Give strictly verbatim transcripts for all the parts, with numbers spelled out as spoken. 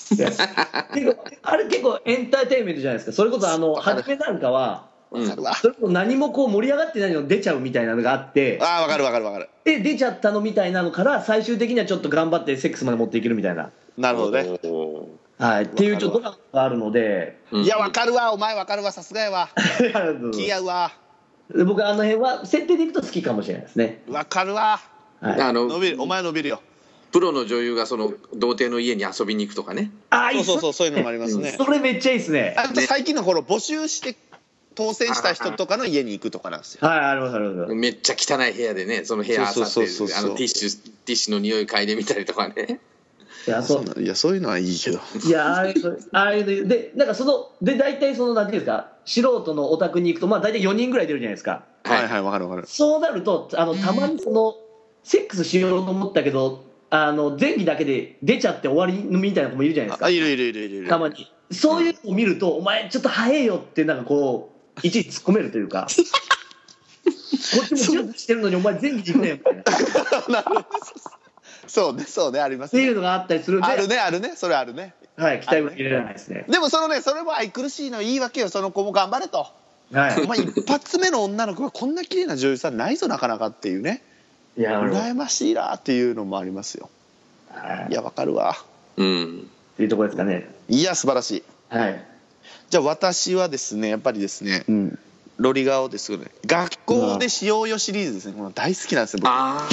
いや結構あれ結構エンターテインメントじゃないですか。それこそあの初めなんかは、 うん、 それこそ何もこう盛り上がってないの出ちゃうみたいなのがあって、 ああ分かる分かる分かる。 で出ちゃったのみたいなのから最終的にはちょっと頑張ってセックスまで持っていけるみたいな、 なるほどね。 はい、っていうちょっとドラマがあるので、 うん、いや分かるわ、お前分かるわ、さすがやわ気合うわ。 僕あの辺は設定でいくと好きかもしれないですね。 分かるわ、 はい、 あの伸びる、お前伸びるよ。 プロの女優がその童貞の家に遊びに行くとかね。 ああ、 そうそうそう、そういうのもありますね。 それめっちゃいいですね。 あと最近の頃募集して当選した人とかの家に行くとかなんですよ。 はい、ありますあります。 めっちゃ汚い部屋でね、その部屋あさってティッシュティッシュの匂い嗅いでみたりとかね。 いや、そう、 いや、そういうのはいいけど。 いや、ああいうああいうでなんかそので大体そのなんていうんですか、素人のお宅に行くとまあ大体よにんぐらい出るじゃないですか。 はいはい、わかるわかる。 そうなるとあのたまにそのセックスしようと思ったけど、あの前期だけで出ちゃって終わりみたいな子もいるじゃないですか。 あ、いるいるいるいる。 たまにそういうのを見ると、お前ちょっと早えよってなんかこういちいち突っ込めるというか。こっちも準備してるのにお前前期行くねんみたいな。 なるほど。そうね、そうね、ありますね。 っていうのがあったりするんで、 あるね、あるね、それあるね。 はい、期待は入れられないですね。 でもそのね、それも愛くるしいのいいわけよ、その子も頑張れと。 はい、 お前一発目の女の子がこんな綺麗な女優さんないぞなかなかっていうね。 いや、 羨ましいなっていうのもありますよ。 はい、 いや、わかるわ。 うん。 っていうところですかね。 いや、素晴らしい。 はい。 じゃあ私はですね、やっぱりですね、 うん、 ロリ顔ですよね。学校でしようよシリーズですね。もう大好きなんですよ僕。 あ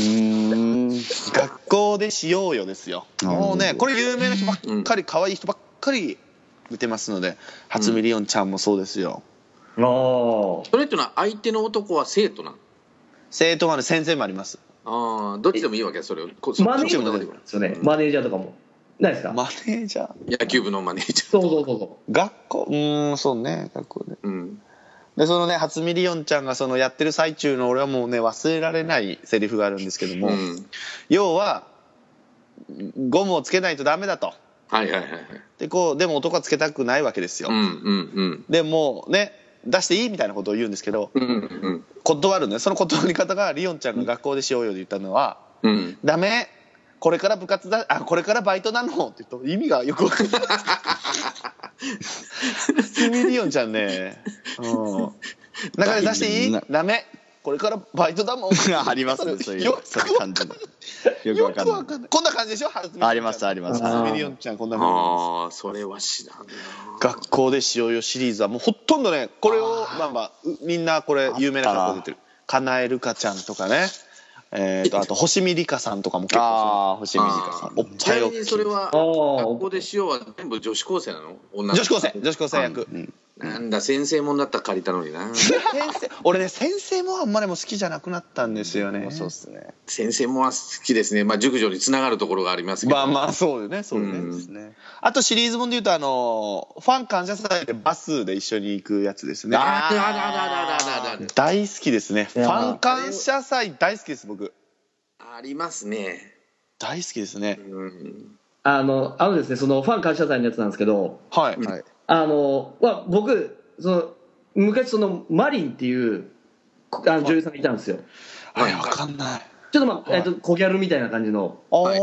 学校でしようよですよ。もうね、これ有名な人ばっかり、可愛い人ばっかり見てますので、初見りおんちゃんもそうですよ。 ああ。それっていうのは相手の男は生徒なの？ 生徒がね、先生もあります。 ああ、どっちでもいいわけそれを。 マネージャーですよね。マネージャーとかもないですか？ マネージャー。 野球部のマネージャー。 そうそうそうそう。 学校、うん、そうね、学校で。 うん。 でそのね、初見りおんちゃんがそのやってる最中の俺はもうね忘れられないセリフがあるんですけども、うん、要はゴムをつけないとダメだと。 はいはいはいはい。 でこうでも男はつけたくないわけですよ。 うんうんうん。 でもうね出していいみたいなことを言うんですけど、うんうん、断るね。その断り方がりおんちゃんが学校でしようよで言ったのは、うん、ダメ。これから部活だ、あ、これからバイトなのって言うと意味がよく分かんない。初見りおんちゃんね、うん、中で出していい？ダメ。これからバイトだもん。 ありますね、そういう感じの。よくわかんない。 こんな感じでしょ？ ありますあります。 初見りおんちゃんこんな感じ。 ああ、それは知らんな。 学校でしようよシリーズはもうほとんどね、これをまあまあみんなこれ有名な学校出てる。かなえるかちゃんとかね。えー、とあと星見里香さんとかも結構ああ星見里香さんおっぱい大きい。それは学校でしようは全部女子高生なの？女女子高生女子高生役、うん、 なんだ先生もんだったら借りたのにな。 先生俺ね先生もあんまりも好きじゃなくなったんですよね、うん、そうっすね。 先生もは好きですね。まあ熟女につながるところがありますけど、 まあまあそうよねそうよね、うん、あとシリーズもんでいうとあのファン感謝祭でバスで一緒に行くやつですね。 ああるあるあるあるある。 大好きですね。ファン感謝祭大好きです僕。 ありますね。 大好きですね。 うん、あのあのですねそのファン感謝祭のやつなんですけど、 はい、はい、 あのは僕その昔そのマリンっていうあの女優さんがいたんですよ。 はい、わかんない。 ちょっとまあ、はい、えっと小ギャルみたいな感じの。 はい、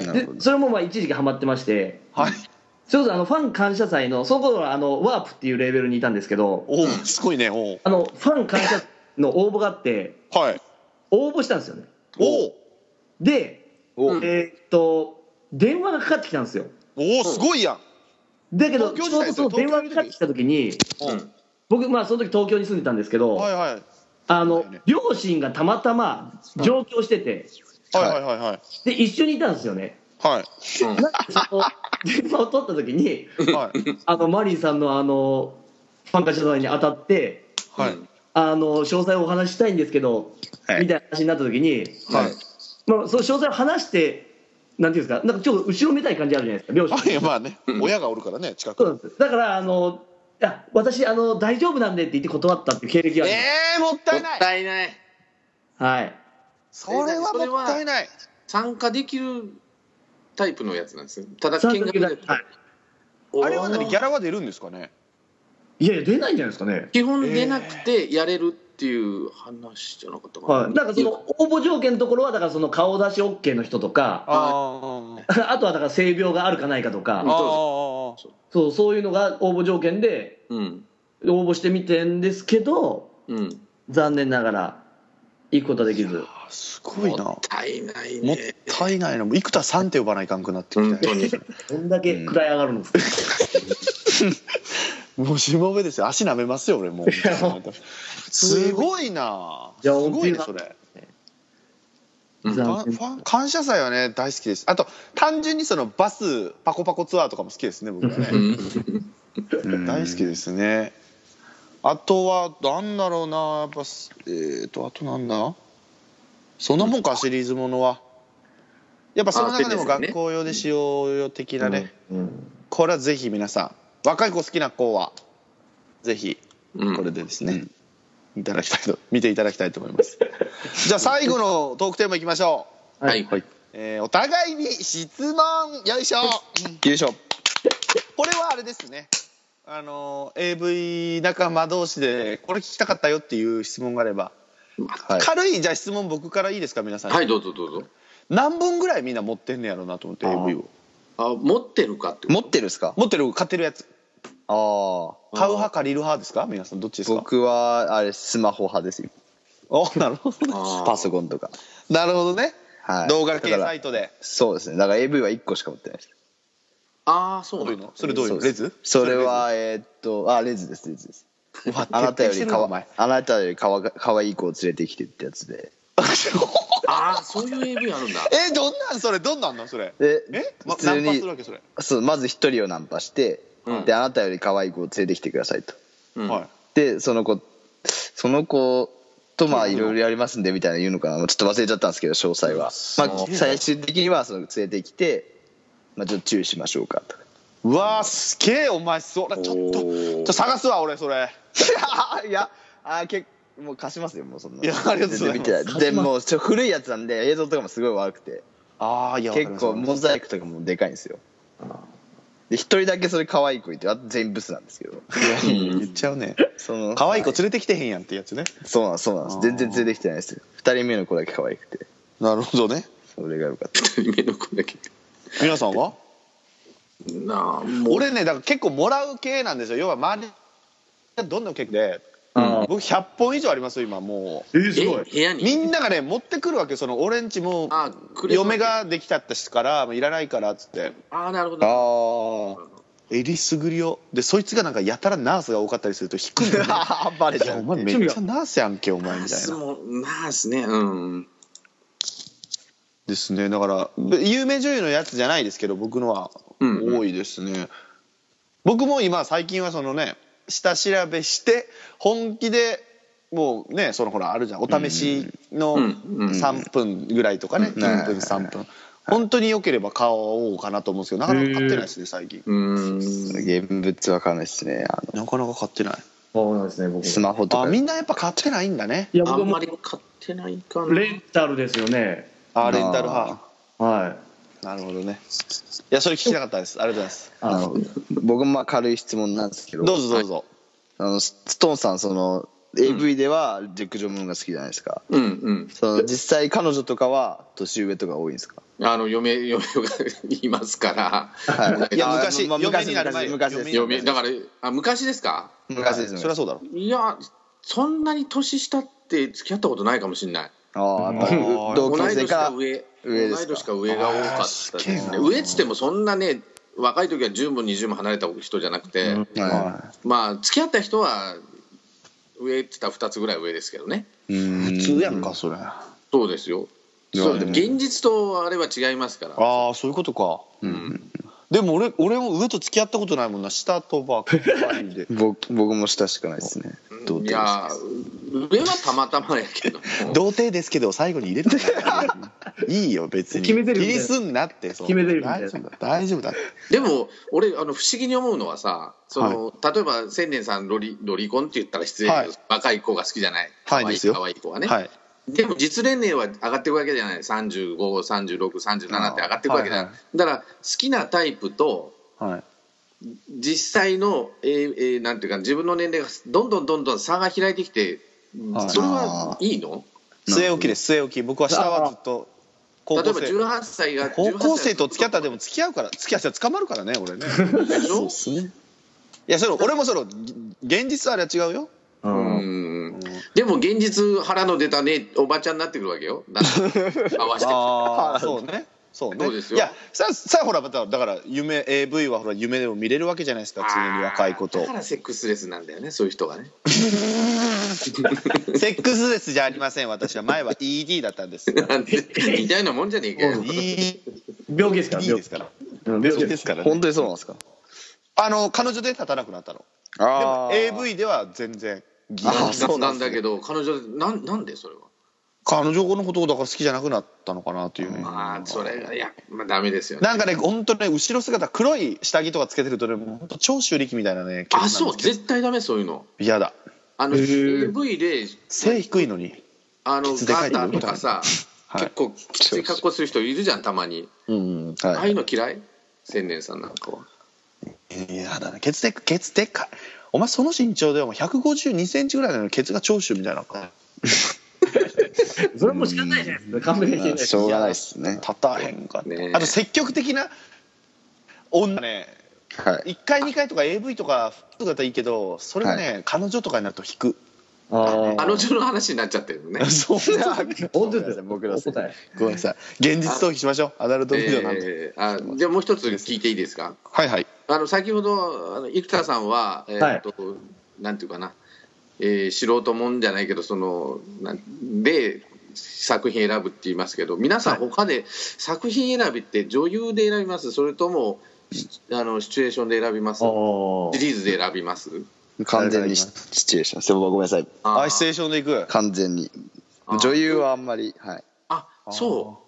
でそれもまあ一時期ハマってまして、 はい。 それこそあのファン感謝祭のその頃はあのワープっていうレーベルにいたんですけど、 おおすごいね。おあのファン感謝の応募があって、 はい、 応募したんですよね。 おお。 で、 おえー、っと電話がかかってきたんですよ。 おおすごいやん。 だけどちょうどその電話がかかってきた時に、うん、僕まあその時東京に住んでたんですけど、はいはい、あの両親がたまたま上京してて、 はいはいはいはい、 で一緒にいたんですよね。 はい。 なんでその電話を取った時に、はい、あのマリーさんのあのファン感謝祭に当たって、はい、あの詳細をお話ししたいんですけど、はい、みたいな話になった時に、はい、まあ、その詳細を話してなんていうんですか、なんかちょっと後ろめたい感じあるじゃないですか両親。 いやまあね、親がおるからね近く。 そうなんです。だからあのいや私あの大丈夫なんでって言って断ったっていう経歴がある。 ええー、もったいない。 もったいない。 はい。 それはもったいない。 参加できるタイプのやつなんですよ。ただ見学で。はい。 あれは何ギャラは出るんですかね。 いやいや出ないんじゃないですかね。 基本出なくてやれるっていう話じゃなかったかな、 はい、なんかその応募条件のところはだからその顔出し OK の人とか、ああとはだから性病があるかないかとか、あそうそういうのが応募条件で応募してみてんですけど、うん、残念ながら行くことはできず。 すごいな。 もったいないね。 もったいないな。生田さんって呼ばないかんくなってきた。 本当に。 どんだけ位上がるんですか。 もうしもべですよ。足舐めますよ俺もう。すごいな。すごいねそれ。ファン感謝祭はね大好きです。あと単純にそのバスパコパコツアーとかも好きですね僕はね。大好きですね。あとはなんだろうな、やっぱえっとあとなんだ。そんなもんかシリーズものは。やっぱその中でも学校用で使用用的なね。これはぜひ皆さん若い子好きな子はぜひこれでですね、いただきたいと見ていただきたいと思います。じゃあ最後のトークテーマいきましょう。はい、 えー、お互いに質問よいしょ、 よいしょ。 これはあれですね、あの エーブイ 仲間同士でこれ聞きたかったよっていう質問があれば、はい、軽いじゃあ質問僕からいいですか皆さん。 はいどうぞどうぞ。 何本ぐらいみんな持ってんねやろうなと思って エーブイ を。 あ持ってるかって持ってるっすか。 持ってる買ってるやつ。 ああ。 買う派借りる派ですか皆さんどっちですか。 僕はあれスマホ派ですよ。 おなるほどね。 パソコンとか。 なるほどね、 はい、 動画系サイトで。 そうですね。だから エーブイ はいっこしか持ってないです。 ああそうなの。 それどういうのレズ。 それはえー、っとあレズですレズです。あなたよりかわあなたよりかわかわいい子を連れてきてってやつで。 ああそういう エーブイ あるんだ。 えどんなんそれどんなんなんそれ。 ええ普通にナンパするわけそれ。 そうまず一人をナンパして、うん、であなたより可愛い子を連れてきてくださいと、うん、でその子その子とまあいろいろやりますんでみたいな言うのかな、ちょっと忘れちゃったんですけど詳細は、まあ、最終的にはその連れてきて、まあ、ちょっと注意しましょうかとか。 うわーすげえお前それちょっとちょっと探すわ俺それ。 いやあ結構もう貸しますよもうそんな。 いやありがとうございます。 でもちょ古いやつなんで映像とかもすごい悪くて、 ああいや結構モザイクとかもでかいんですよ。で一人だけそれ可愛い子いて、あと全員ブスなんですけど。 言っちゃうね。その可愛い子連れてきてへんやんってやつね。 そうなんそうなんです。全然連れてきてないですよ。二人目の子だけ可愛くて。 なるほどね。 それがよかった。 二人目の子だけ。 皆さんは？ なあ俺ねだから結構もらう系なんですよ。要は周りがどんどん結構で、うん、僕ひゃっぽん以上ありますよ今もう。 えー、すごい。部屋にみんながね持ってくるわけ。その俺んちも嫁ができちゃったしからもういらないからっつって。 ああなるほど。 ああ。えりすぐりをでそいつがなんかやたらナースが多かったりすると引くんだよね。 バレちゃう。 お前めっちゃナースやんけお前みたいな。 ナースねうんですね。だから有名女優のやつじゃないですけど僕のは多いですね、うんうん、僕も今最近はそのね下調べして本気でもうねそのほらあるじゃんお試しのさんぷんぐらいとかねいっぷんさんぷん本当に良ければ買おうかなと思うんですけどなかなか買ってないですね最近。 うん現物は買わないですね。 あのなかなか買ってない。 そうなんですね僕スマホとか。 あみんなやっぱ買ってないんだね。 いや僕もあんまり買ってないかな。 レンタルですよね。 あレンタル派。 はいなるほどね。いやそれ聞きたかったです。ありがとうございます。 あの僕もまあ軽い質問なんですけど。 どうぞどうぞ。 あのストーンさんそのエーブイ では陸上ものが好きじゃないですか。 うんうん。 その実際彼女とかは年上とか多いんですか。 あの嫁嫁がいますから。 はい。いや昔嫁になる前昔です。嫁だからあ昔ですか。 昔です。 そりゃそうだろ。 いやそんなに年下って付き合ったことないかもしれない。 ああやっぱり同級生か上上同い年か上が多かったですね。上っつってもそんなね若い時はじゅうもにじゅうも離れた人じゃなくて、まあ付き合った人は上って言ったらふたつぐらい上ですけどね。 普通やんかそれ。 そうですよ。そう現実とあれは違いますから。 ああそういうことか。うんでも俺俺も上と付き合ったことないもんな。下とばっかりで。 僕僕も下しかないですね。 いや上はたまたまやけど童貞ですけど最後に入れるいいよ別に気にすんなって。 決めてる大丈夫だ大丈夫だ。 でも俺あの不思議に思うのはさその、はい、例えば千年さんロリロリコンって言ったら失礼だけど、はい、若い子が好きじゃない可愛い、はい、可愛い子はね、はい、でも実年齢は上がっていくわけじゃない。さんじゅうご、さんじゅうろく、さんじゅうななって上がっていくわけじゃない、はいはい、だから好きなタイプと、はい実際の、えーえー、なんていうか自分の年齢がどんどんどんどん差が開いてきてそれはいいの？ 据え置きです、据え置き。僕は下はずっと高校生、例えばじゅうはっさいが高校生と付き合ったらでも付き合うから付き合ったら捕まるからね俺ね。 そうですね。 いやそれ俺もその現実はあれは違うよ。 うん、でも現実腹の出たねおばちゃんになってくるわけよ。合わせて。 ああそうね。そうね。そうですよ。いやささあほらまただから夢 エーブイ はほら夢でも見れるわけじゃないですか常に若い子と。 だからセックスレスなんだよねそういう人がね。 セックスレスじゃありません私は前は イーディー だったんです。 みたいなもんじゃねえかよ。 病気ですから。 病気ですから。 病気ですから。 本当にそうなんですか。 あの彼女で立たなくなったの。でも エーブイ では全然。 ああそうなんだけど彼女なんなんでそれは。 彼女のことをだから好きじゃなくなったのかなっていうね。 まあそれがいやまあダメですよね。なんかね本当ね後ろ姿黒い下着とかつけてるとねもう本当長州力みたいなね。 あそう絶対ダメそういうの。 嫌だ。 あの エーブイ で背低いのにあのガーターとかさ結構きつい格好する人いるじゃんたまに。うんはい。ああいうの嫌い？千年さんなんかは。 いやだねケツでケツでっかい。お前その身長でもひゃくごじゅうにセンチぐらいなのにケツが長州みたいな。 それも仕方ないじゃないですか。勘弁してない。 しょうがないですね。 立たへんかね。あと積極的な女ね。いっかいにかいとか エーブイ とか服だったらいいけどそれがね彼女とかになると引く。 あ彼女の話になっちゃってるね。 そう本当ですよ。 僕の答え。ごめんなさい。現実逃避しましょう。アダルトビデオなんで。 あじゃあもう一つ聞いていいですか。 はいはい。 あの先ほどあの生田さんはえっとなんていうかな。えー、素人もんじゃないけどそのなんで作品選ぶって言いますけど皆さん他で作品選びって女優で選びますそれともあのシチュエーションで選びますシリーズで選びます完全にシチュエーション。ごめんなさい。 あシチュエーションでいく完全に女優はあんまりはい。 あそう、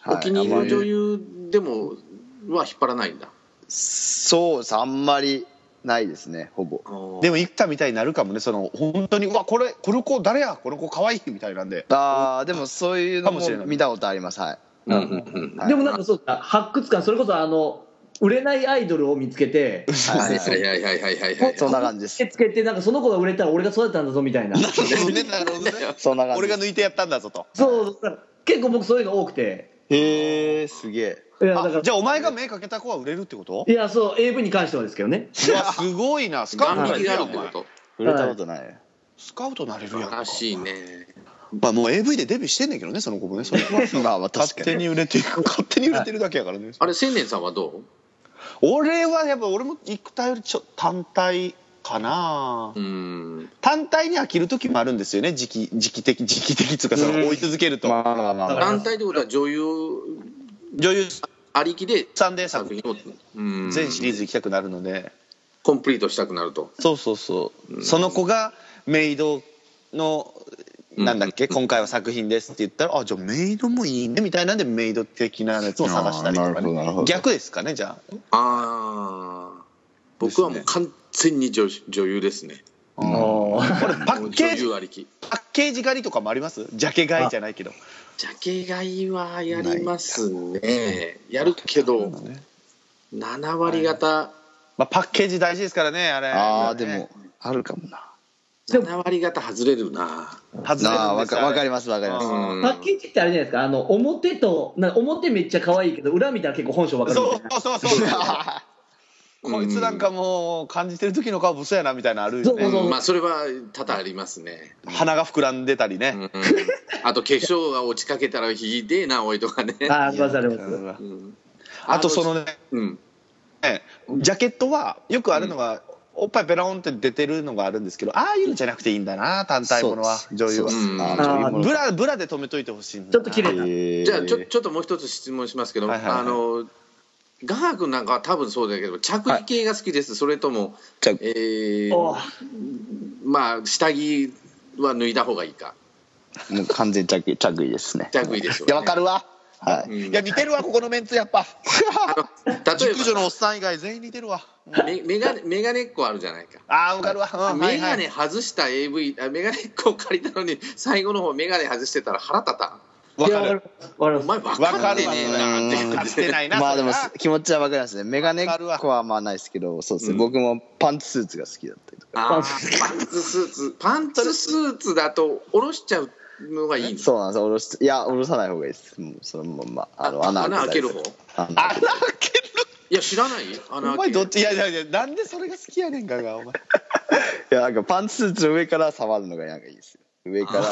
はい、お気に入りの女優でもは引っ張らないんだ。 そうですあんまりないですねほぼ。 でも生田みたいになるかもねその本当にうわこれこの子誰やこの子可愛いみたいなんで。 ああでもそういうのも見たことありますはい。 でもなんかそうか発掘感それこそあの売れないアイドルを見つけてはいはいはいはいはいはいはいそんな感じです。 つけてなんかその子が売れたら俺が育てたんだぞみたいな。 そんな感じ。俺が抜いてやったんだぞと。 そう結構僕そういうの多くて。 へえすげえ。 いやだからじゃあお前が目かけた子は売れるってこと？ いやそう エーブイ に関してはですけどね。 いやすごいなスカウトなれるやんお前。 売れたことない。 スカウトなれるやん。 らしいね。 まあもう エーブイ でデビューしてんねんけどねその子もね。それはまあ勝手に売れていく勝手に売れてるだけやからね。 あれ千年さんはどう？ 俺はやっぱ俺も生田よりちょっと単体かな。うん単体に飽きる時もあるんですよね時期時期的時期的つうかその追い続けると。 単体ってことは女優女優ありきでサンデー作品全シリーズ行きたくなるのでコンプリートしたくなると。 そうそうそうその子がメイドのなんだっけ今回は作品ですって言ったらあじゃあメイドもいいねみたいなんでメイド的なやつを探したりとかね逆ですかねじゃあ。 ああ僕はもう完全に 女, 女優ですね。 あ俺パッケージパッケージ狩りとかもあります？ジャケ買いじゃないけどジャケ買いはやりますね。やるけど、ね、なな割方、はいまあ、パッケージ大事ですからねあれ。 ああでもあるかもな。 なな割方外れるな。 外れるんです。わかりますわかります。 パッケージってあれじゃないですかあの表とな表めっちゃ可愛いけど裏見たら結構本性わかるみたいな。 そうそうそうこいつなんかもう感じてる時の顔ブスやなみたいなあるよね。 うん、まあそれは多々ありますね。 鼻が膨らんでたりね、うんうん、 あと化粧が落ちかけたらひでえなおいとかね。 あありますあります、うん、 あとそのね、うんね、ジャケットはよくあるのが、うん、おっぱいペロンって出てるのがあるんですけどああいうのじゃなくていいんだな単体ものは女優は、うん、ブラブラで止めといてほしいんだ。 ちょっと綺麗な、えー、じゃあちょちょっともう一つ質問しますけど、はいはいはい、あのガハ君なんかは多分そうだけど着衣系が好きです、はい、それとも、えー、まあ下着は脱いだ方がいいか。 もう完全着着衣ですね。 着衣ですよね。 いやわかるわ、はい、うん、いや似てるわここのメンツやっぱ例えば熟女のおっさん以外全員似てるわ。 メメガメガネっ子あるじゃないか。 あーわかるわ、 うん、メガネ外した エーブイ あメガネっ子を借りたのに最後の方メガネ外してたら腹立たん。 わかる。 お前分かってねえなって分かってないな。 まあでも気持ちは分かりますね。メガネっ子はまあないですけど、そうですね。僕もパンツスーツが好きだったりとか。 ああ、パンツスーツ。パンツスーツだと下ろしちゃうのがいいの？ そうなんです。下ろし、いや、下ろさない方がいいです。もうそのまま、あの、穴開ける方？ 穴開ける。 いや、知らない？ 穴開ける。お前どっち？いやいやいや、なんでそれが好きやねんかが、お前。 いや、なんかパンツスーツの上から触るのがなんかいいですよ。上から、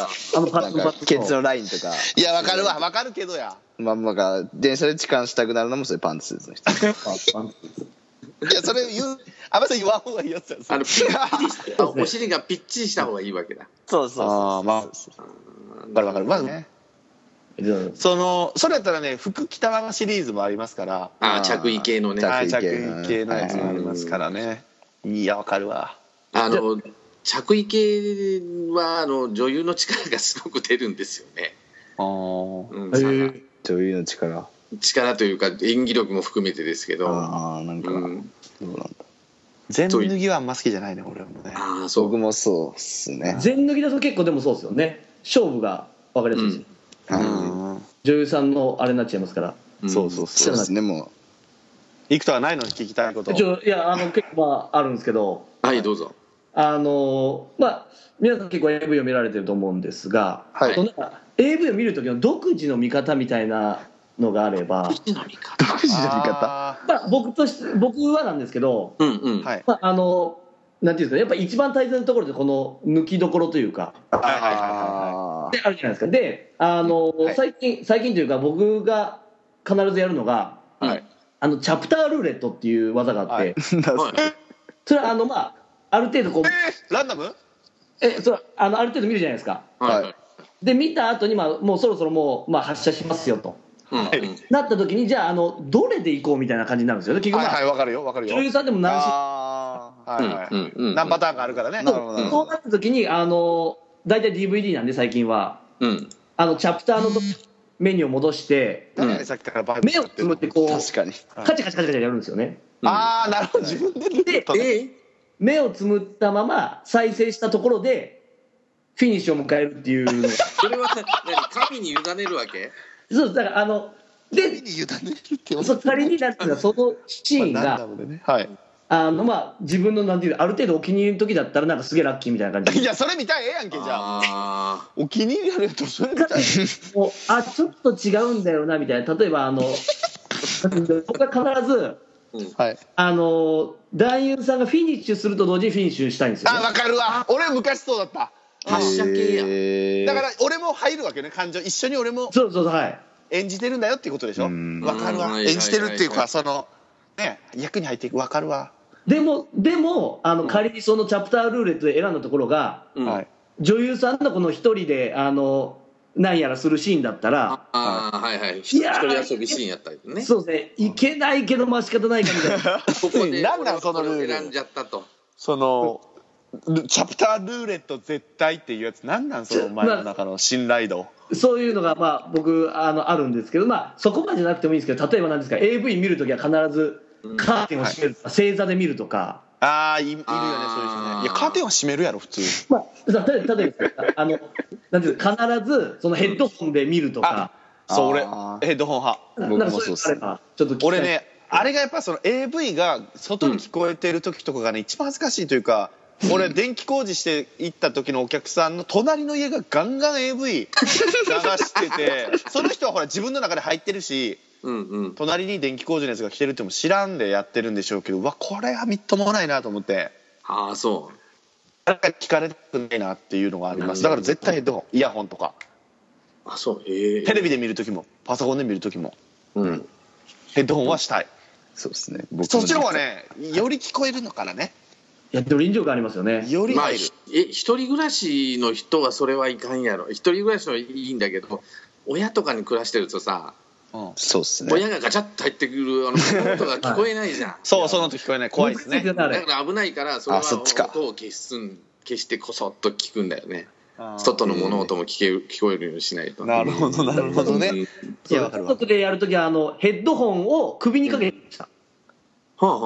なんかケツのラインとか。 いや、わかるわ、わかるけどや。 まあまあ、電車で痴漢したくなるのもそれパンツスーツの人。 いや、それ言う、あんまり言わん方がいいやつや。 あの、ピッチリして、お尻がぴっちりした方がいいわけだ。 そうそうそう。ああ、まあ。わかるわかる。まずね。その、それやったらね、服着たままシリーズもありますから。 ああ、着衣系のね。 着衣系のやつもありますからね。いや、わかるわ。 あの、着衣系はあの女優の力がすごく出るんですよね。 ああ、うん、女優の力。 力というか演技力も含めてですけど。 ああ、なんか、うん、どうなんだ。 全脱ぎはあんま好きじじゃないね、俺もね。 ああ、そう。 僕もそうっすね。 全脱ぎだと結構でもそうですよね。勝負が分かりやすいです。うん、うん、女優さんのあれになっちゃいますから。 うん、そうそうそうですね。もう幾多はないのに聞きたいこと。 ちょいやあの結構まああるんですけど。 はいどうぞ。 あのまあ皆さん結構 エーブイ を見られてると思うんですが、はい、その エーブイ を見る時の独自の見方みたいなのがあれば。 独自の見方。 独自の見方。 まあ僕として僕はなんですけど、 うんうん。 まああのなんていうんですかね、やっぱ一番大切なところでこの抜きどころというか。 はいはいはいはい。 であるじゃないですか。であの、はい、最近最近というか僕が必ずやるのが、はい、あのチャプタールーレットっていう技があって。はい、それはあのまあ。ある程度こう、 えー、ランダム？ えそれあのある程度見るじゃないですか。 はい。 で見た後にまあもうそろそろもうまあ発射しますよと、うん、なった時にじゃああのどれでいこうみたいな感じになるんですよね。結局まあ、 はいはい、わかるよわかるよ。 女優さんでも何種はいはい、うんうん、何パターンかあるからね。 そうそうなった時にあの大体 ディーブイディー なんで最近は、 うん、 あのチャプターのメニューを戻して、 うん、さっきから目をつむってこう確かにカチャカチャカチャやるんですよね。 うん、ああなるほど自分ででで目をつむったまま再生したところでフィニッシュを迎えるっていうのがそれは何神に委ねるわけ？ そうです。だからあので神に委ねるってそ仮になんていうかそのシーンが、 ね、はい、 あのまあ自分のなんていうある程度お気に入りの時だったらなんかすげえラッキーみたいな感じでいやそれ見たらええやんけじゃあお気に入りやるとそれ見たらもうあちょっと違うんだよなみたいな。例えばあの僕は必ずうん、はい、 あの男優さんがフィニッシュすると同時にフィニッシュしたいんですよ、ね、 あ分かるわ。俺昔そうだった。 発射系やだから俺も入るわけね。感情一緒に俺もそうそうそう、はい、 演じてるんだよっていうことでしょ。分かるわ。演じてるっていうかそのね役に入っていく。分かるわ。 でもでもあの仮にそのチャプタールーレットで選んだところが、うん、女優さんのこの一人であの何やらするシーンだったら、 ああはいはい一人遊びシーンやったりね。 そうですね、いけないけどまあ仕方ないかみたいなここで何なんそのルール選んじゃったと。 そのチャプタールーレット絶対っていうやつ何なんそのお前の中の信頼度、まあ、そういうのがまあ僕あのあるんですけど、まあそこまでじゃなくてもいいんですけど、例えば何ですか エーブイ 見るときは必ずカーテンを閉めるとか、うん、正座で見るとか。 ああいるよねそういう人ね。いやカーテンは閉めるやろ普通。 まあ例えば例えばあのなんていうか必ずそのヘッドホンで見るとか。 そう俺ヘッドホン派。 僕もそうです。ちょっと俺ねあれがやっぱその エーブイ が外に聞こえてる時とかがね、うん、一番恥ずかしいというか、俺電気工事して行った時のお客さんの隣の家がガンガン エーブイ 流しててその人はほら自分の中で入ってるし、うんうん、隣に電気工事のやつが来てるっても知らんでやってるんでしょうけど、うわこれはみっともないなと思って。 ああそうなんか聞かれたくないなっていうのがあります。だから絶対ヘッドホンイヤホンとか。 あそうへえ。 テレビで見る時もパソコンで見る時も、うん、ヘッドホンはしたい。 そうですね。 僕そっちの方がねより聞こえるのからね。 いやでも臨場感ありますよね。 より入る。 まあ、え一人暮らしの人はそれはいかんやろ。一人暮らしはいいんだけど親とかに暮らしてるとさ、 うん、そうっすね。 親がガチャッと入ってくるあの音が聞こえないじゃん。 そうその音聞こえない。怖いですね。 だから危ないからそれは音を消すん消してこそっと聞くんだよね。外の物音も聞け聞こえるようにしないと。 なるほどなるほどね。 いや家族でやるときはあのヘッドホンを首にかけてました。 はあはあ。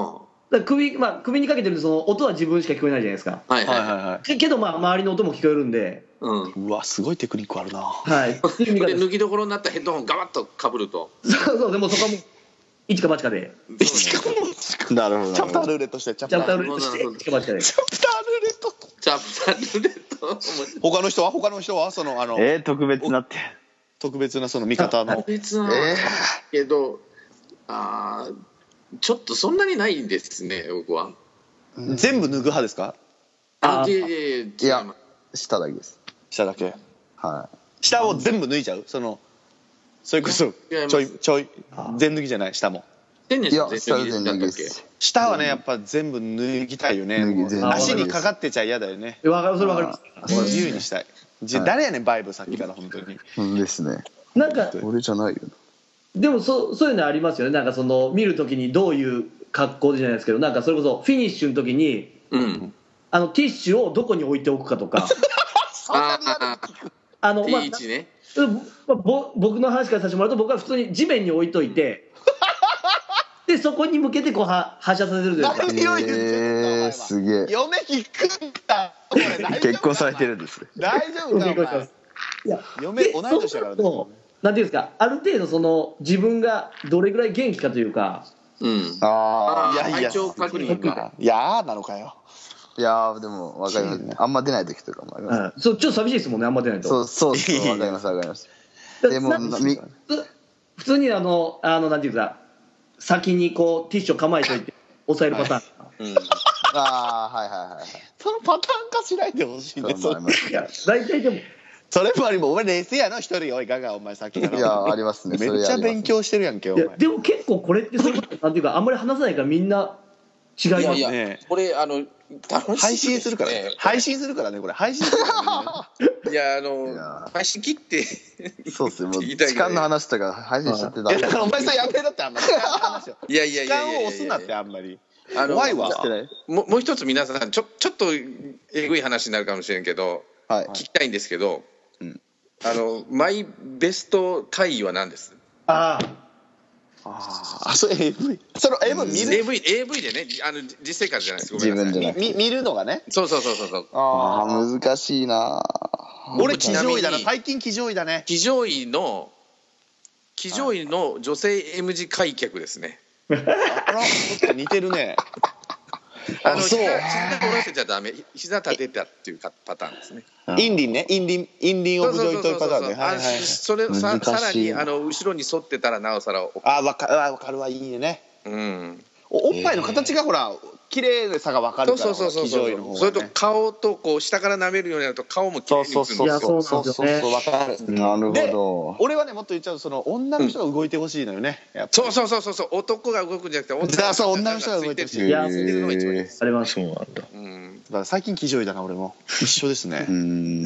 だ首、まあ、首にかけてるその音は自分しか聞こえないじゃないですか。 はいはいはい。 けどまあ周りの音も聞こえるんで。 うん、うわすごいテクニックあるな。 はい。 で抜きどころになったヘッドホンガバッとかぶると。 そうそうでもそこはもう一か八かで。 一か八か。なるほど。チャプタールーレットしてチャプタールーレットして一か八かで。チャプタールーレット。 チャプタールーレット。 他の人は他の人はそのあの。 えー、特別なって。 特別なその見方の。 特別な。えー、けどあちょっとそんなにないんですね僕は。 全部脱ぐ派ですか？ あいや下だけです。 下だけ。 はい。 下を全部脱いじゃう？そのそれこそちょいちょい全脱ぎじゃない下も。 いや下は全脱ぎです。 下はねやっぱ全部脱ぎたいよね。足にかかってちゃ嫌だよね。 わかるそれわかります。 自由にしたい。誰やねんバイブさっきから本当に。 ですね。 なんか俺じゃないよ。 でもそそういうのありますよね。なんかその見るときにどういう格好じゃないですけど、なんかそれこそフィニッシュの時に、うん、あのティッシュをどこに置いておくかとか。 ああのまあ、 ね、 ぼ僕の話からさせてもらうと僕は普通に地面に置いといてでそこに向けてこうは発射させるというか。 えー、すげえ。 嫁引くんだ。 結婚されてるんですね。 大丈夫かお前。いや嫁同い年だからね。 なんていうんですか、ある程度その自分がどれぐらい元気かというか。 うん。 ああ。いやいや。体調確認か。 いやーなのかよ。 いやでも分かりますね。あんま出ない時とかもあります。 そうちょっと寂しいですもんねあんま出ないと。 そうそうそう分かります分かります。でも普通にあのあのなんていうか先にこうティッシュを構えといて押さえるパターン。 ああはいはいはい。 そのパターン化しないでほしいね。 いや大体でも。 それもありもお前冷静やな一人おいかがお前さっきから。 いやありますね。 めっちゃ勉強してるやんけお前。 でも結構これってそういうことなんていうかあんまり話さないからみんな違いますね。いやいやこれあの配信するからね。配信するからねこれ配信するからね。いやあの配信切ってそうっすよもう時間の話とか配信しちゃってた。 いやだからお前さやめろってあんまり時間の話を。 いやいやいや時間を押すなってあんまり。 怖いわ。ももう一つ皆さんちょちょっとえぐい話になるかもしれんけど聞きたいんですけど、あのマイベスト体位は何です？ あああそれ エーブイ その エーブイ 見るエーブイ エーブイ でねあの実生活じゃないですか。 自分で見見るのがね。 そうそうそうそう。 ああ難しいな。 俺騎乗位だな最近騎乗位だね。 騎乗位の騎乗位の女性 エム 字開脚ですね。 あらちょっと似てるね。 あの膝下ろせちゃダメ膝立てたっていうパターンですね。 インリンねインリンインリンオブジョイというパターンね。はいはい。 それささらにあの後ろに沿ってたらなおさら。 あ分かる分かるわいいね。 うん。 おっぱいの形がほら綺麗さが分かるから。 そうそうそうそう。それと顔とこう下から舐めるようになると顔も綺麗に映るんですよ。 そうそうそうそう分かる。 なるほど。 俺はねもっと言っちゃうとその女の人が動いてほしいのよね。 そうそうそうそう男が動くんじゃなくて女の人が動いてほしい。 いやそういうあれはそうなんだ。 だから最近騎乗位だな俺も一緒ですね。 うん。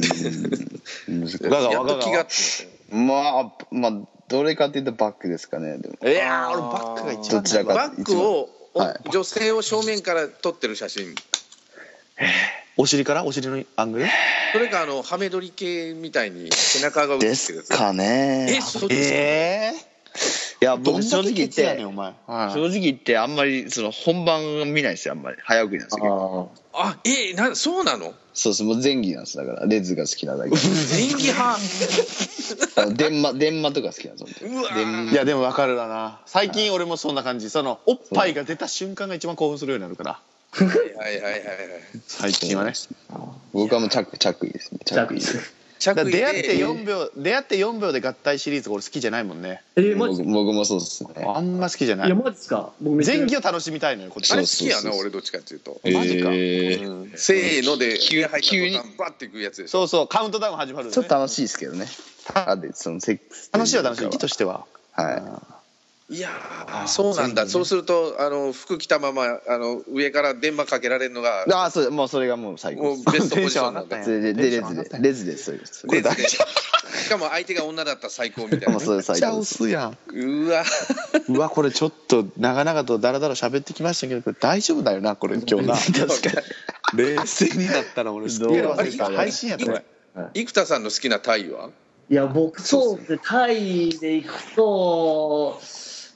ガガガガ。 まあまあどれかっていうとバックですかね。 いや俺バックが一番。 どちらかバックを女性を正面から撮ってる写真。 お尻からお尻のアングル？ それかあのハメ撮り系みたいに背中が映ってるやつ。 ですかね。 えそうですか。 えいや僕正直言って正直言ってあんまりその本番見ないですよあんまり早送りなんですよ。 あえなそうなの？ そうですもう前儀なんですだからレズが好きなだけ。 前儀派。 電話電話とか好きなんですよ。 いやでも分かるだな最近俺もそんな感じそのおっぱいが出た瞬間が一番興奮するようになるから。 はいはいはいはい。 最近はね。 僕はもう着着衣ですね。着衣です。 出会ってよんびょう出会ってよんびょうで合体シリーズが俺好きじゃないもんね。 えー、マジ僕もそうですね。 あんま好きじゃない。 いやマジですか。 前期を楽しみたいのよこっち。 あれ好きやな俺どっちかっていうと。 マジか。 せーので急に入った途端バッていくやつでしょ。 そうそうカウントダウン始まる。 ちょっと楽しいですけどね。あでそのセックス楽しいは楽しい。としては。 はい。 いやそうなんだ。そうするとあの服着たままあの上から電話かけられるのがあそうもうそれがもう最高。 もうベストポジションなんだ。 でレズでレズでそうです。 レズで。しかも相手が女だったら最高みたいな。 もうそれ最高。 めっちゃ押すやん。 うわ。 うわこれちょっと長々とダラダラ喋ってきましたけどこれ大丈夫だよなこれ今日な。 確かに。冷静になったら俺すっげえ忘れた配信やったこれ。 生田さんの好きなタイは？ いや僕そうでタイで行くと。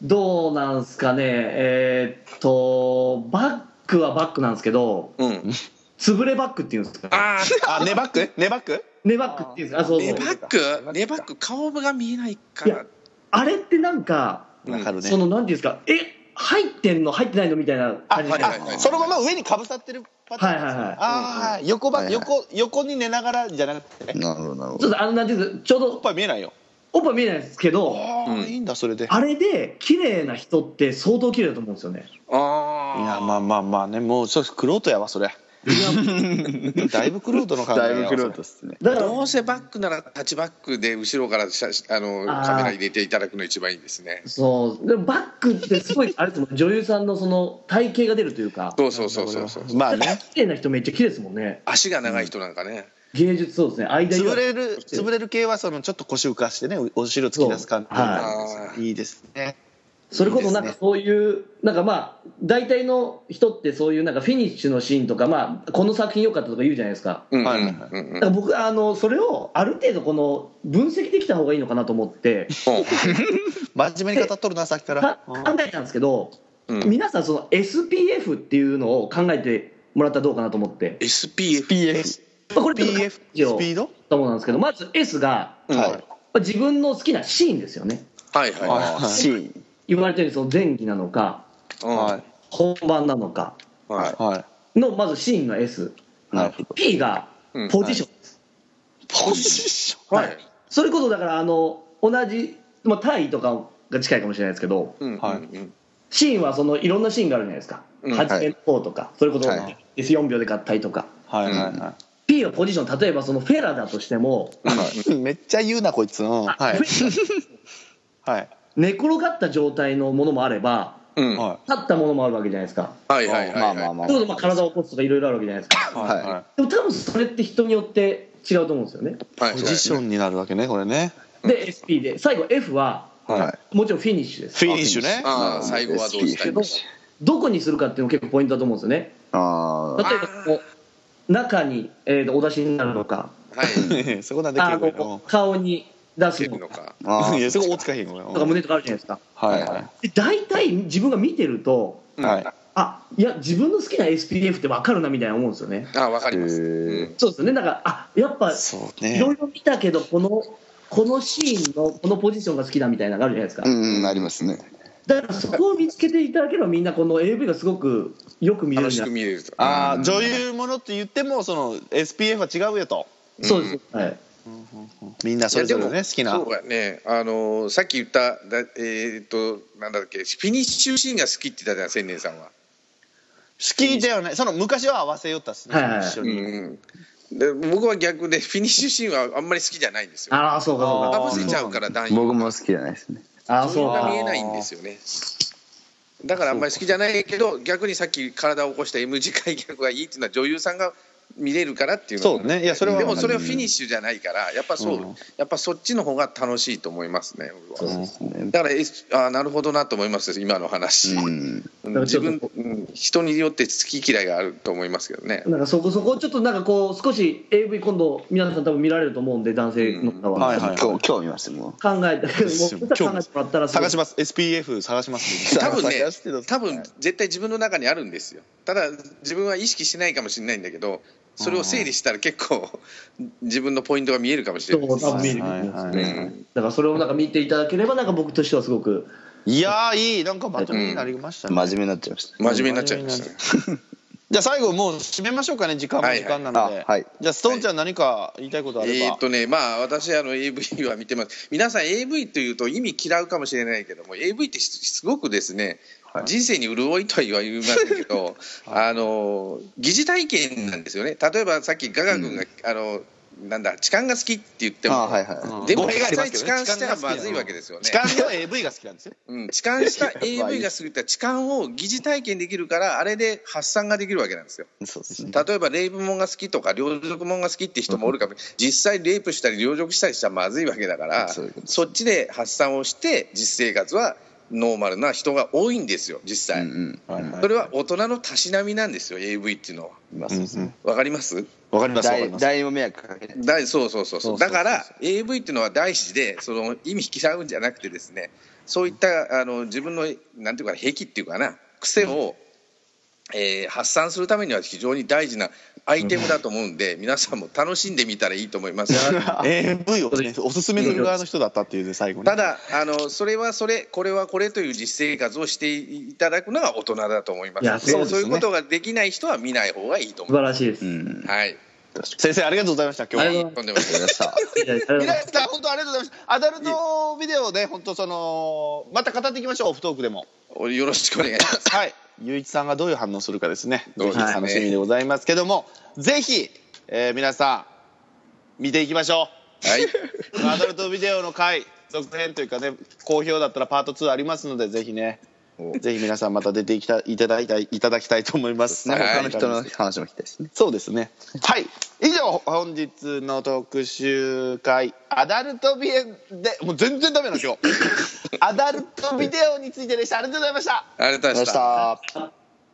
どうなんすかね、えー、っとバックはバックなんですけど、うん、潰れバックっていうんですか、 ああネバックネバックネバックっていうんですか、あそうそうネバックネバック顔が見えないから、いやあれってなんか、うん、そのなんていうんですか、え入ってんの入ってないのみたいな感じで、 そのまま上にかぶさってるパターンですね。はいはいはい。ああ、横ば、横、横に寝ながらじゃなくて。 なるほどなるほど。ちょっとあのなんていうんですか、ちょうどおっぱい見えないよ。 おっぱい見えないですけど、 ああ、いいんだそれで。 あれで綺麗な人って相当綺麗だと思うんですよね。 ああ。いやまあまあまあね、もうそう玄人やわそれ。だいぶ玄人の考え。 だいぶ玄人ですね。 だからどうせバックならタッチバックで後ろからあのカメラ入れていただくの一番いいですね。 そうでもバックってすごいあれですもん、女優さんのその体型が出るというか。 そうそうそうそうそう。 まあね。綺麗な人めっちゃ綺麗ですもんね。 足が長い人なんかね。 芸術そうですね。間潰れる潰れる系はそのちょっと腰浮かしてね、お尻を突き出す感じがいいですね。 それこそなんかそういうなんかまあ大体の人ってそういうなんかフィニッシュのシーンとか、まあこの作品良かったとか言うじゃないですか。だから僕はあのそれをある程度この分析できた方がいいのかなと思って真面目に語っとるなさっきから考えたんですけど、皆さんその エスピーエフ っていうのを考えてもらったらどうかなと思って。 エスピーエフこれちょっとスピードと思うんですけど、まず S が自分の好きなシーンですよね。 はいはいシーン言われてるその前期なのか、はい、本番なのか、はい、のまずシーンの S、はい、P がポジションです、 うん、ポジション、はい、それこそだからあの同じ、まあ、タイとかが近いかもしれないですけど、うんはい、シーンはそのいろんなシーンがあるじゃないですか、うん、初めの方とか、はい、それこそ エスよん 秒で合体とか、はいはいはい、P はポジション、例えばそのフェラだとしても、 はい、めっちゃ言うなこいつの、はい、 はい寝転がった状態のものもあれば、うん、立ったものもあるわけじゃないですか。 はいはいはい、はい、まあまあまあ、まあ、 まあ体を起こすとかいろいろあるわけじゃないですか。はいはい、でも多分それって人によって違うと思うんですよね。 はい、ポジションになるわけねこれね。 で エスピー で最後 F は、はい、もちろんフィニッシュです。 フィニッシュね。 ああ最後はどうしたいの。 どこにするかっていうのが結構ポイントだと思うんですよね。あ例えばこう中に、えー、お出しになるのか、 はい、そこなんであの顔に出すのか、 あいやそこ大塚へんのよとか胸とかあるじゃないですか。はいはい。で大体自分が見てると、はい、あいや自分の好きな エスピーエフ って分かるなみたいな思うんですよね。 あ分かります。うん、 そうですよね。だからあやっぱいろいろ見たけどこのこのシーンのこのポジションが好きだみたいなのがあるじゃないですか。 うんうんありますね。 だからそこを見つけていただければみんなこの エーブイ がすごくよく見れるんじゃないですか。あ女優ものって言ってもその エスピーエフ は違うよと。 そうです、うん、はい。 みんなそれぞれね好きな。 そうだね。あのさっき言っただえー、っとなんだっけフィニッシュシーンが好きって言ったじゃん千年さんは。 好きだよね。その昔は合わせよったっすね。はいはい、一緒に。うんで僕は逆でフィニッシュシーンはあんまり好きじゃないんですよ。 ああそうかそうか。 かぶせちゃうから男優。 僕も好きじゃないですね。 ああそうか。見えないんですよね。だからあんまり好きじゃないけど逆にさっき体を起こした M 字開脚がいいっていうのは女優さんが見れるからっていうのは、 そうね。いやそれはでもそれはフィニッシュじゃないからやっぱそう、うん、やっぱそっちの方が楽しいと思いますね。そうですね。だからあなるほどなと思います今の話。うん、自分、うん、人によって好き嫌いがあると思いますけどね。 なんかそこそこちょっとなんかこう少し エーブイ 今度皆さん多分見られると思うんで男性の方は、うんはいはいはい、 今日今日見ましたもう考えてもう考えてもらったら探します エスピーエフ 探します多分ね多分絶対自分の中にあるんですよ。ただ自分は意識しないかもしれないんだけどそれを整理したら結構自分のポイントが見えるかもしれないです。 そう多分見える見えるですね。だからそれをなんか見ていただければなんか僕としてはすごくいやーいいなんか真面目になりましたね。 真面目になっちゃいました。 真面目になっちゃいましたね。 じゃあ最後もう締めましょうかね時間も時間なので、はいはい、じゃあストーンちゃん何か言いたいことあれば。 えーっとねまあ私あの エーブイ は見てます。皆さん エーブイ というと意味嫌うかもしれないけども エーブイ ってすごくですね人生に潤いとは言われませんけどあの疑似体験なんですよね。例えばさっきガガ君が、うん、あのなんだ痴漢が好きって言っても、はいはい、でも実際痴漢したらまずいわけですよね。 痴漢の エーブイ が好きなんですよ、 うん、痴漢した エーブイ が好きって痴漢を疑似体験できるからあれで発散ができるわけなんですよ。そうですね。例えばレイプもんが好きとか両辱もんが好きって人もおるかも、うん、実際レイプしたり両辱したりしたらまずいわけだから、うん、そっちで発散をして実生活はノーマルな人が多いんですよ実際、うんうん、それは大人のたしなみなんですよ エーブイ っていうのは。わ、うん、かりますわかります誰にも迷惑かけない。 そうそうそうそうだから エーブイ っていうのは大事でその意味嫌うんじゃなくてですねそういったあの自分のなんていうか癖っていうかな癖を、えー、発散するためには非常に大事なアイテムだと思うんで、皆さんも楽しんでみたらいいと思います。 エーブイ を、ね、おすすめする側の人だったっていうね、最後に。 ただあのそれはそれこれはこれという実生活をしていただくのが大人だと思います。いや、そうですね、そういうことができない人は見ない方がいいと思います。 素晴らしいです、うん、 はい。 先生ありがとうございました。今日はとんでもないでした。 皆さん本当ありがとうございました。アダルトビデオね、本当そのまた語っていきましょう、オフトークでも。 よろしくお願いします。 はい。ゆういちさんがどういう反応するかですね。ぜひ楽しみでございますけども、はい、ぜひ、えー、皆さん見ていきましょう。はい。アダルトビデオの回続編というかね、好評だったらパートツーありますので、ぜひね。ぜひ皆さんまた出ていただいたいただきたいと思います。 なんか他の人の話も聞きたいですね。 そうですね。はい。以上本日の特集会アダルトビデオでもう全然ダメな今日アダルトビデオについてでした。ありがとうございました。 ありがとうございました。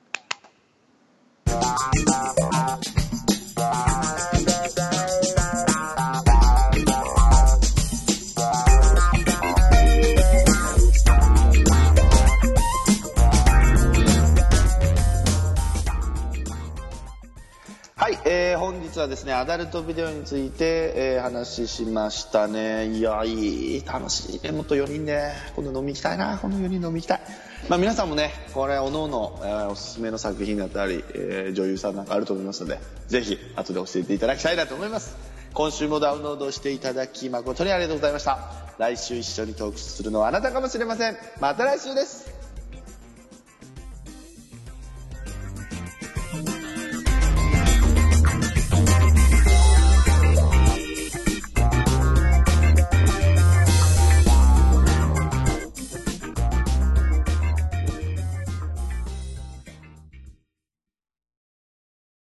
はい、えー、本日はですねアダルトビデオについて、えー、話しましたね。いやいい楽しいね。もっとよにんで今度飲み行きたいな。このよにん飲み行きたい。まあ皆さんもねこれおのおの、えー、おすすめの作品だったり、えー、女優さんなんかあると思いますのでぜひ後で教えていただきたいなと思います。今週もダウンロードしていただき誠にありがとうございました。来週一緒にトークするのはあなたかもしれません。また来週です。